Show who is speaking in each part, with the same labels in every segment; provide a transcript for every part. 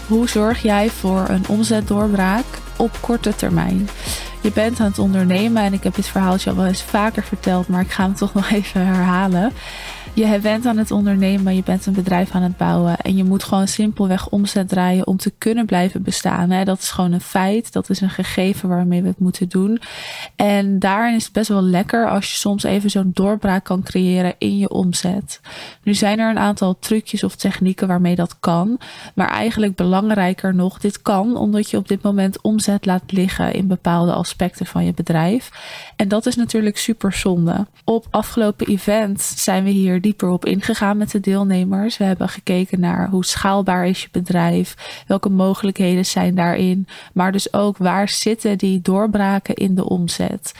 Speaker 1: Hoe zorg jij voor een omzetdoorbraak op korte termijn? Je bent aan het ondernemen en ik heb dit verhaaltje al wel eens vaker verteld, maar ik ga hem toch nog even herhalen. Je bent aan het ondernemen, je bent een bedrijf aan het bouwen en je moet gewoon simpelweg omzet draaien om te kunnen blijven bestaan. Dat is gewoon een feit, dat is een gegeven waarmee we het moeten doen. En daarin is het best wel lekker als je soms even zo'n doorbraak kan creëren in je omzet. Nu zijn er een aantal trucjes of technieken waarmee dat kan, maar eigenlijk belangrijker nog, dit kan omdat je op dit moment omzet laat liggen in bepaalde aspecten van je bedrijf. En dat is natuurlijk super zonde. Op afgelopen event zijn we hier dieper op ingegaan met de deelnemers. We hebben gekeken naar hoe schaalbaar is je bedrijf, welke mogelijkheden zijn daarin, maar dus ook waar zitten die doorbraken in de omzet.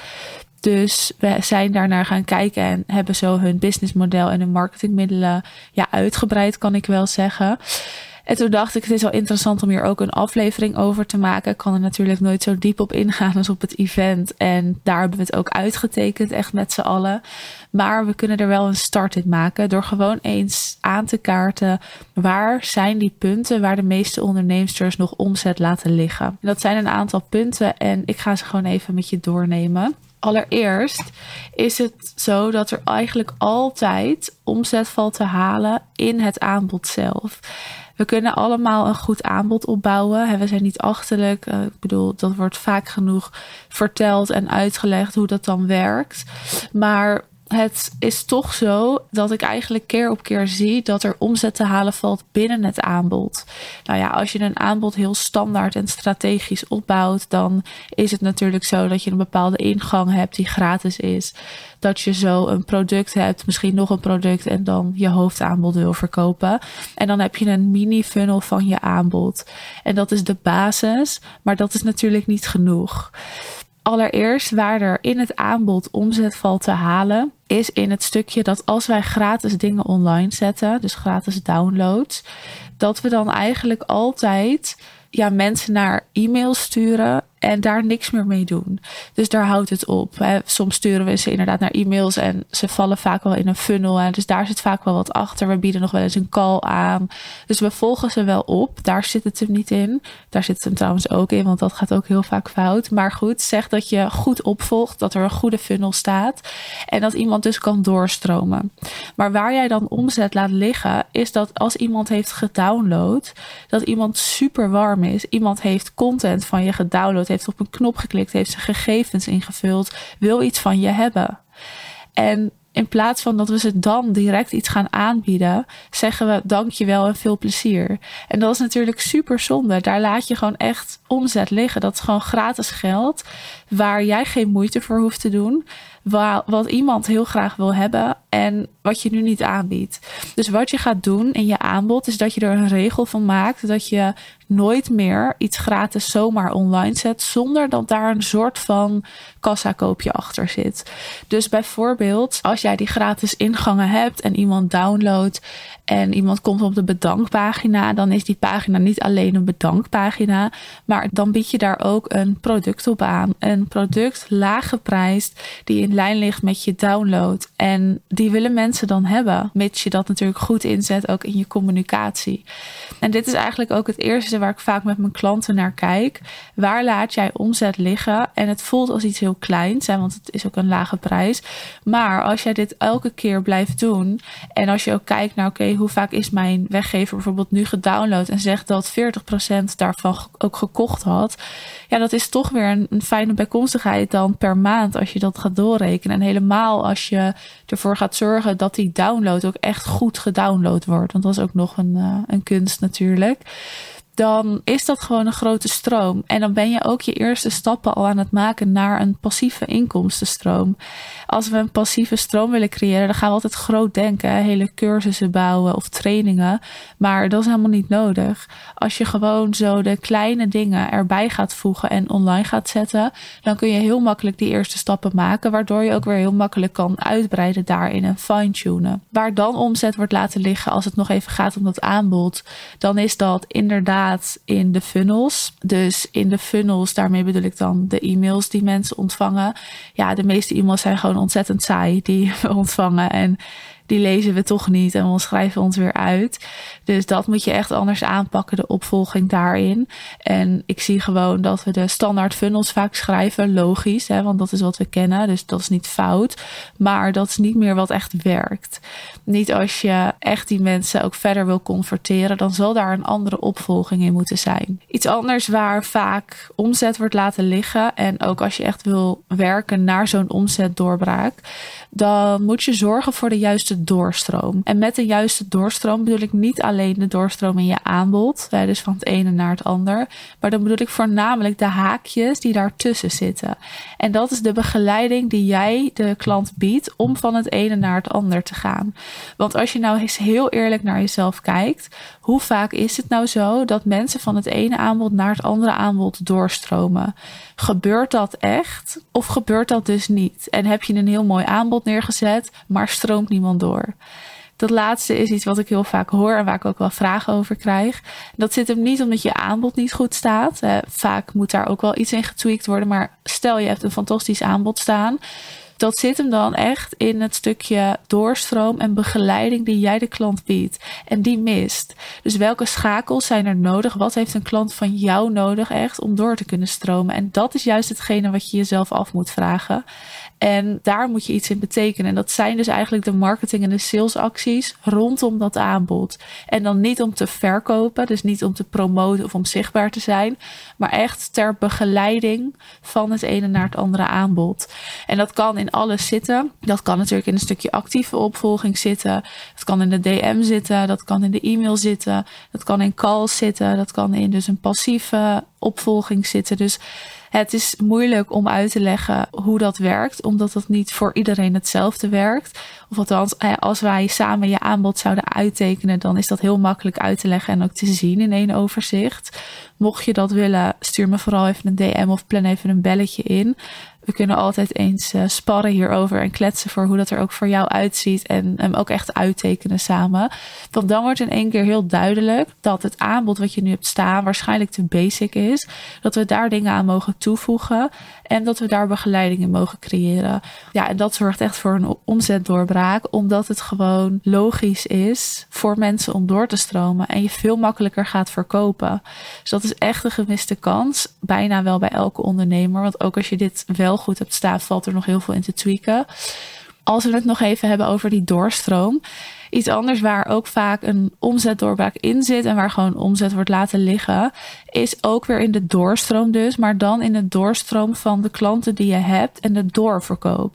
Speaker 1: Dus we zijn daarnaar gaan kijken en hebben zo hun businessmodel en hun marketingmiddelen uitgebreid, kan ik wel zeggen. En toen dacht ik, het is wel interessant om hier ook een aflevering over te maken. Ik kan er natuurlijk nooit zo diep op ingaan als op het event. En daar hebben we het ook uitgetekend, echt met z'n allen. Maar we kunnen er wel een start in maken door gewoon eens aan te kaarten, waar zijn die punten waar de meeste onderneemsters nog omzet laten liggen. En dat zijn een aantal punten en ik ga ze gewoon even met je doornemen. Allereerst is het zo dat er eigenlijk altijd omzet valt te halen in het aanbod zelf. We kunnen allemaal een goed aanbod opbouwen. We zijn niet achterlijk. Ik bedoel, dat wordt vaak genoeg verteld en uitgelegd hoe dat dan werkt. Maar het is toch zo dat ik eigenlijk keer op keer zie dat er omzet te halen valt binnen het aanbod. Nou ja, als je een aanbod heel standaard en strategisch opbouwt, dan is het natuurlijk zo dat je een bepaalde ingang hebt die gratis is. Dat je zo een product hebt, misschien nog een product en dan je hoofdaanbod wil verkopen. En dan heb je een mini funnel van je aanbod. En dat is de basis, maar dat is natuurlijk niet genoeg. Allereerst waar er in het aanbod omzet valt te halen, is in het stukje dat als wij gratis dingen online zetten, dus gratis downloads, dat we dan eigenlijk altijd mensen naar e-mails sturen en daar niks meer mee doen. Dus daar houdt het op. Soms sturen we ze inderdaad naar e-mails en ze vallen vaak wel in een funnel. Dus daar zit vaak wel wat achter. We bieden nog wel eens een call aan. Dus we volgen ze wel op. Daar zit het hem niet in. Daar zit het hem trouwens ook in, want dat gaat ook heel vaak fout. Maar goed, zeg dat je goed opvolgt, dat er een goede funnel staat en dat iemand dus kan doorstromen. Maar waar jij dan omzet laat liggen, is dat als iemand heeft gedownload, dat iemand super warm is. Iemand heeft content van je gedownload, heeft op een knop geklikt, heeft zijn gegevens ingevuld, wil iets van je hebben. En in plaats van dat we ze dan direct iets gaan aanbieden, zeggen we dankjewel en veel plezier. En dat is natuurlijk super zonde. Daar laat je gewoon echt omzet liggen. Dat is gewoon gratis geld waar jij geen moeite voor hoeft te doen. Wat iemand heel graag wil hebben en wat je nu niet aanbiedt. Dus wat je gaat doen in je aanbod is dat je er een regel van maakt dat je nooit meer iets gratis zomaar online zet zonder dat daar een soort van kassakoopje achter zit. Dus bijvoorbeeld als jij die gratis ingangen hebt en iemand downloadt en iemand komt op de bedankpagina, dan is die pagina niet alleen een bedankpagina, maar dan bied je daar ook een product op aan. Een product laag geprijsd die in lijn ligt met je download. En die willen mensen dan hebben, mits je dat natuurlijk goed inzet ook in je communicatie. En dit is eigenlijk ook het eerste waar ik vaak met mijn klanten naar kijk. Waar laat jij omzet liggen? En het voelt als iets heel kleins, want het is ook een lage prijs. Maar als jij dit elke keer blijft doen en als je ook kijkt naar hoe vaak is mijn weggever bijvoorbeeld nu gedownload en zegt dat 40% daarvan ook gekocht had. Ja, dat is toch weer een fijne bijkomstigheid dan per maand als je dat gaat doorrekenen. En helemaal als je ervoor gaat zorgen dat die download ook echt goed gedownload wordt. Want dat is ook nog een kunst natuurlijk. Dan is dat gewoon een grote stroom. En dan ben je ook je eerste stappen al aan het maken naar een passieve inkomstenstroom. Als we een passieve stroom willen creëren, dan gaan we altijd groot denken. Hele cursussen bouwen of trainingen. Maar dat is helemaal niet nodig. Als je gewoon zo de kleine dingen erbij gaat voegen en online gaat zetten, dan kun je heel makkelijk die eerste stappen maken, waardoor je ook weer heel makkelijk kan uitbreiden daarin en fine-tunen. Waar dan omzet wordt laten liggen als het nog even gaat om dat aanbod, dan is dat inderdaad in de funnels. Dus in de funnels, daarmee bedoel ik dan de e-mails die mensen ontvangen. Ja, de meeste e-mails zijn gewoon ontzettend saai die we ontvangen. En die lezen we toch niet en we schrijven ons weer uit. Dus dat moet je echt anders aanpakken, de opvolging daarin. En ik zie gewoon dat we de standaard funnels vaak schrijven, logisch, hè, want dat is wat we kennen, dus dat is niet fout. Maar dat is niet meer wat echt werkt. Niet als je echt die mensen ook verder wil converteren, dan zal daar een andere opvolging in moeten zijn. Iets anders waar vaak omzet wordt laten liggen, en ook als je echt wil werken naar zo'n omzetdoorbraak, dan moet je zorgen voor de juiste doorstroom. En met de juiste doorstroom bedoel ik niet alleen de doorstroom in je aanbod, dus van het ene naar het ander, maar dan bedoel ik voornamelijk de haakjes die daartussen zitten. En dat is de begeleiding die jij de klant biedt om van het ene naar het ander te gaan. Want als je nou eens heel eerlijk naar jezelf kijkt, hoe vaak is het nou zo dat mensen van het ene aanbod naar het andere aanbod doorstromen? Gebeurt dat echt? Of gebeurt dat dus niet? En heb je een heel mooi aanbod neergezet, maar stroomt niemand door? Dat laatste is iets wat ik heel vaak hoor en waar ik ook wel vragen over krijg. Dat zit hem niet omdat je aanbod niet goed staat. Vaak moet daar ook wel iets in getweakt worden. Maar stel je hebt een fantastisch aanbod staan. Dat zit hem dan echt in het stukje doorstroom en begeleiding die jij de klant biedt. En die mist. Dus welke schakels zijn er nodig? Wat heeft een klant van jou nodig echt om door te kunnen stromen? En dat is juist hetgene wat je jezelf af moet vragen. En daar moet je iets in betekenen. En dat zijn dus eigenlijk de marketing en de salesacties rondom dat aanbod. En dan niet om te verkopen, dus niet om te promoten of om zichtbaar te zijn, maar echt ter begeleiding van het ene naar het andere aanbod. En dat kan in alles zitten. Dat kan natuurlijk in een stukje actieve opvolging zitten. Dat kan in de DM zitten. Dat kan in de e-mail zitten. Dat kan in calls zitten. Dat kan in dus een passieve opvolging zitten. Dus het is moeilijk om uit te leggen hoe dat werkt, omdat dat niet voor iedereen hetzelfde werkt. Of althans, als wij samen je aanbod zouden uittekenen, dan is dat heel makkelijk uit te leggen en ook te zien in één overzicht. Mocht je dat willen, stuur me vooral even een DM of plan even een belletje in. We kunnen altijd eens sparren hierover en kletsen voor hoe dat er ook voor jou uitziet en hem ook echt uittekenen samen. Want dan wordt in één keer heel duidelijk dat het aanbod wat je nu hebt staan waarschijnlijk te basic is. Dat we daar dingen aan mogen toevoegen en dat we daar begeleiding in mogen creëren. Ja, en dat zorgt echt voor een omzetdoorbraak, omdat het gewoon logisch is voor mensen om door te stromen en je veel makkelijker gaat verkopen. Dus dat is echt een gemiste kans, bijna wel bij elke ondernemer. Want ook als je dit wel goed hebt staan, valt er nog heel veel in te tweaken. Als we het nog even hebben over die doorstroom. Iets anders waar ook vaak een omzetdoorbraak in zit en waar gewoon omzet wordt laten liggen, is ook weer in de doorstroom dus, maar dan in de doorstroom van de klanten die je hebt en de doorverkoop.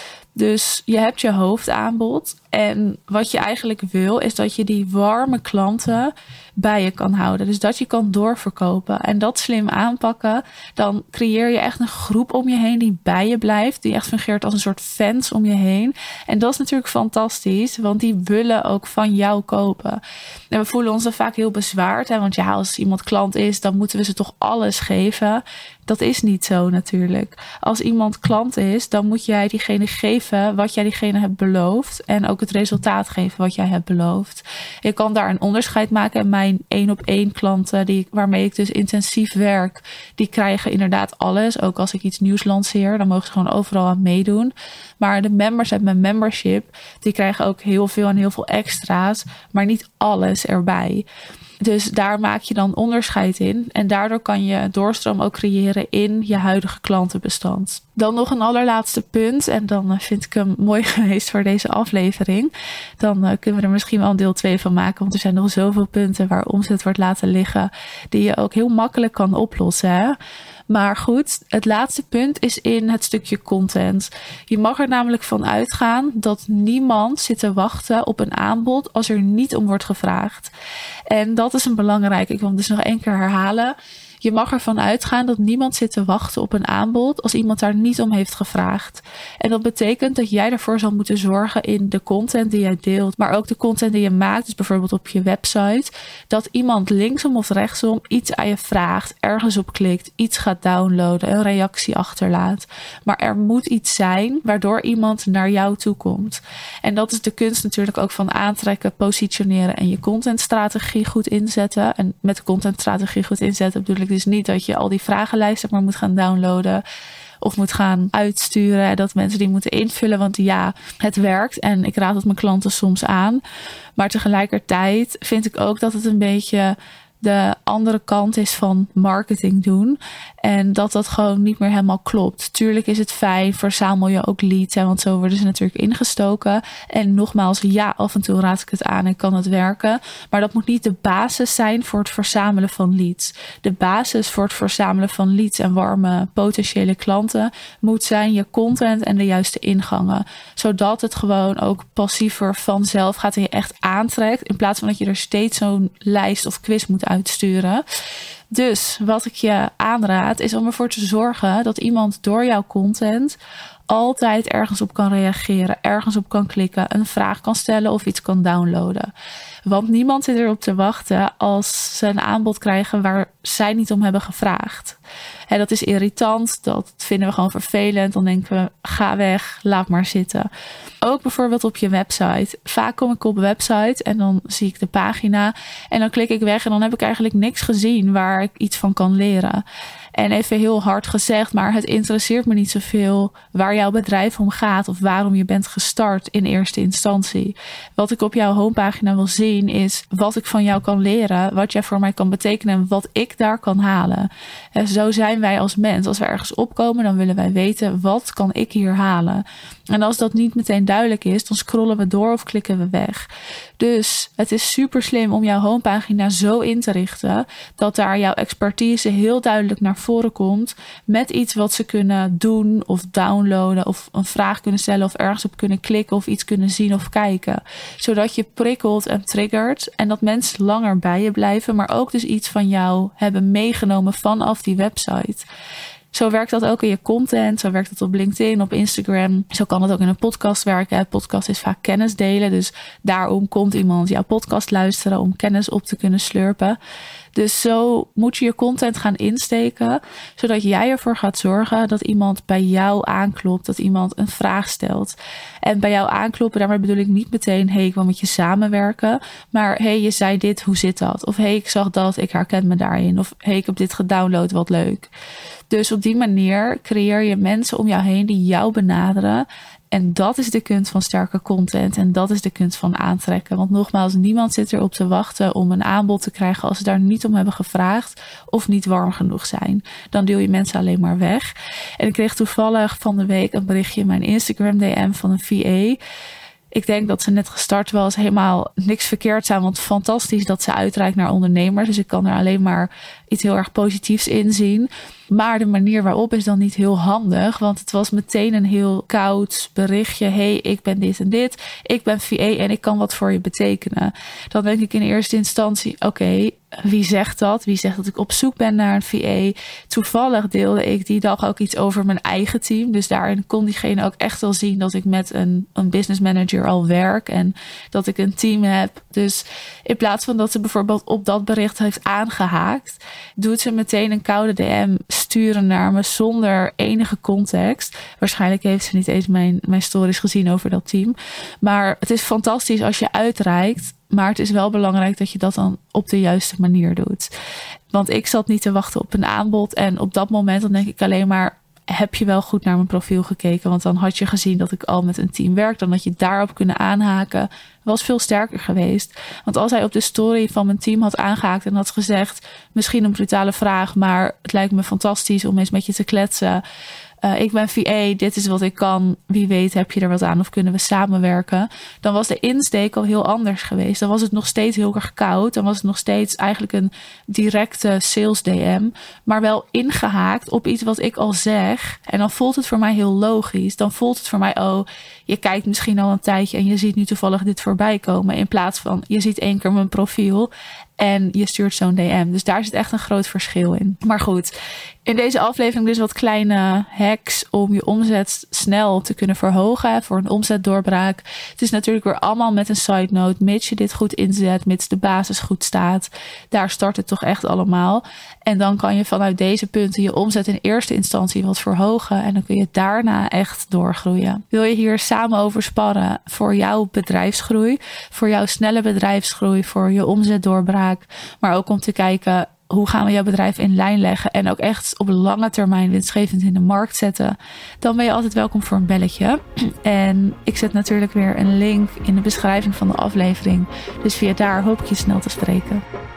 Speaker 1: Dus je hebt je hoofdaanbod en wat je eigenlijk wil is dat je die warme klanten bij je kan houden. Dus dat je kan doorverkopen en dat slim aanpakken. Dan creëer je echt een groep om je heen die bij je blijft. Die echt fungeert als een soort fans om je heen. En dat is natuurlijk fantastisch, want die willen ook van jou kopen. En we voelen ons dan vaak heel bezwaard. Want ja, als iemand klant is, dan moeten we ze toch alles geven. Dat is niet zo natuurlijk. Als iemand klant is, dan moet jij diegene geven wat jij diegene hebt beloofd. En ook het resultaat geven wat jij hebt beloofd. Je kan daar een onderscheid maken. En mijn 1-op-1 klanten, waarmee ik dus intensief werk, die krijgen inderdaad alles. Ook als ik iets nieuws lanceer, dan mogen ze gewoon overal aan meedoen. Maar de members uit mijn membership, die krijgen ook heel veel en heel veel extra's. Maar niet alles erbij. Dus daar maak je dan onderscheid in. En daardoor kan je doorstroom ook creëren in je huidige klantenbestand. Dan nog een allerlaatste punt. En dan vind ik hem mooi geweest voor deze aflevering. Dan kunnen we er misschien wel een deel 2 van maken. Want er zijn nog zoveel punten waar omzet wordt laten liggen, die je ook heel makkelijk kan oplossen. Hè? Maar goed, het laatste punt is in het stukje content. Je mag er namelijk van uitgaan dat niemand zit te wachten op een aanbod als er niet om wordt gevraagd. En dat is een belangrijke. Ik wil hem dus nog 1 keer herhalen. Je mag ervan uitgaan dat niemand zit te wachten op een aanbod als iemand daar niet om heeft gevraagd. En dat betekent dat jij ervoor zal moeten zorgen in de content die jij deelt, maar ook de content die je maakt, dus bijvoorbeeld op je website, dat iemand linksom of rechtsom iets aan je vraagt, ergens op klikt, iets gaat downloaden, een reactie achterlaat. Maar er moet iets zijn waardoor iemand naar jou toe komt. En dat is de kunst natuurlijk ook van aantrekken, positioneren en je contentstrategie goed inzetten. En met de contentstrategie goed inzetten bedoel ik dus dus niet dat je al die vragenlijsten maar moet gaan downloaden of moet gaan uitsturen. Dat mensen die moeten invullen. Want ja, het werkt. En ik raad het mijn klanten soms aan. Maar tegelijkertijd vind ik ook dat het een beetje de andere kant is van marketing doen. En dat gewoon niet meer helemaal klopt. Tuurlijk is het fijn, verzamel je ook leads. Hè, want zo worden ze natuurlijk ingestoken. En nogmaals, ja, af en toe raad ik het aan en kan het werken. Maar dat moet niet de basis zijn voor het verzamelen van leads. De basis voor het verzamelen van leads en warme potentiële klanten moet zijn je content en de juiste ingangen. Zodat het gewoon ook passiever vanzelf gaat en je echt aantrekt. In plaats van dat je er steeds zo'n lijst of quiz moet uitsturen. Dus wat ik je aanraad is om ervoor te zorgen dat iemand door jouw content altijd ergens op kan reageren, ergens op kan klikken, een vraag kan stellen of iets kan downloaden. Want niemand zit erop te wachten als ze een aanbod krijgen waar zij niet om hebben gevraagd. En dat is irritant, dat vinden we gewoon vervelend. Dan denken we, ga weg, laat maar zitten. Ook bijvoorbeeld op je website. Vaak kom ik op een website en dan zie ik de pagina en dan klik ik weg en dan heb ik eigenlijk niks gezien waar ik iets van kan leren. En even heel hard gezegd, maar het interesseert me niet zoveel waar jouw bedrijf om gaat of waarom je bent gestart in eerste instantie. Wat ik op jouw homepagina wil zien is wat ik van jou kan leren, wat jij voor mij kan betekenen en wat ik daar kan halen. En zo zijn wij als mens. Als we ergens opkomen, dan willen wij weten wat kan ik hier halen. En als dat niet meteen duidelijk is, dan scrollen we door of klikken we weg. Dus het is super slim om jouw homepagina zo in te richten dat daar jouw expertise heel duidelijk naar voren komt met iets wat ze kunnen doen of downloaden of een vraag kunnen stellen of ergens op kunnen klikken of iets kunnen zien of kijken. Zodat je prikkelt en triggert en dat mensen langer bij je blijven, maar ook dus iets van jou hebben meegenomen vanaf die website. Zo werkt dat ook in je content. Zo werkt het op LinkedIn, op Instagram. Zo kan het ook in een podcast werken. Een podcast is vaak kennis delen. Dus daarom komt iemand jouw podcast luisteren om kennis op te kunnen slurpen. Dus zo moet je je content gaan insteken, zodat jij ervoor gaat zorgen dat iemand bij jou aanklopt, dat iemand een vraag stelt. En bij jou aankloppen, daarmee bedoel ik niet meteen, hey, ik wil met je samenwerken, maar hey, je zei dit, hoe zit dat? Of hey, ik zag dat, ik herken me daarin. Of hey, ik heb dit gedownload, wat leuk. Dus op die manier creëer je mensen om jou heen die jou benaderen. En dat is de kunst van sterke content. En dat is de kunst van aantrekken. Want nogmaals, niemand zit erop te wachten om een aanbod te krijgen als ze daar niet om hebben gevraagd of niet warm genoeg zijn. Dan duw je mensen alleen maar weg. En ik kreeg toevallig van de week een berichtje in mijn Instagram DM van een VA. Ik denk dat ze net gestart was, helemaal niks verkeerd aan, want fantastisch dat ze uitreikt naar ondernemers. Dus ik kan er alleen maar iets heel erg positiefs in zien. Maar de manier waarop is dan niet heel handig, want het was meteen een heel koud berichtje. Hey, ik ben dit en dit. Ik ben VA en ik kan wat voor je betekenen. Dan denk ik in eerste instantie, oké, wie zegt dat? Wie zegt dat ik op zoek ben naar een VA? Toevallig deelde ik die dag ook iets over mijn eigen team. Dus daarin kon diegene ook echt wel zien dat ik met een business manager al werk en dat ik een team heb. Dus in plaats van dat ze bijvoorbeeld op dat bericht heeft aangehaakt, doet ze meteen een koude DM sturen naar me zonder enige context. Waarschijnlijk heeft ze niet eens mijn stories gezien over dat team. Maar het is fantastisch als je uitreikt. Maar het is wel belangrijk dat je dat dan op de juiste manier doet. Want ik zat niet te wachten op een aanbod. En op dat moment dan denk ik alleen maar, heb je wel goed naar mijn profiel gekeken? Want dan had je gezien dat ik al met een team werk. Dan had je daarop kunnen aanhaken. Was veel sterker geweest. Want als hij op de story van mijn team had aangehaakt en had gezegd, misschien een brutale vraag, maar het lijkt me fantastisch om eens met je te kletsen. Ik ben VA, dit is wat ik kan. Wie weet heb je er wat aan of kunnen we samenwerken? Dan was de insteek al heel anders geweest. Dan was het nog steeds heel erg koud. Dan was het nog steeds eigenlijk een directe sales DM. Maar wel ingehaakt op iets wat ik al zeg. En dan voelt het voor mij heel logisch. Dan voelt het voor mij, oh, je kijkt misschien al een tijdje en je ziet nu toevallig dit voorbij komen. In plaats van, je ziet 1 keer mijn profiel en je stuurt zo'n DM. Dus daar zit echt een groot verschil in. Maar goed, in deze aflevering dus wat kleine hacks om je omzet snel te kunnen verhogen voor een omzetdoorbraak. Het is natuurlijk weer allemaal met een side note. Mits je dit goed inzet, mits de basis goed staat. Daar start het toch echt allemaal. En dan kan je vanuit deze punten je omzet in eerste instantie wat verhogen. En dan kun je daarna echt doorgroeien. Wil je hier samen over sparren voor jouw bedrijfsgroei? Voor jouw snelle bedrijfsgroei, voor je omzetdoorbraak. Maar ook om te kijken, hoe gaan we jouw bedrijf in lijn leggen en ook echt op lange termijn winstgevend in de markt zetten, dan ben je altijd welkom voor een belletje. En ik zet natuurlijk weer een link in de beschrijving van de aflevering. Dus via daar hoop ik je snel te spreken.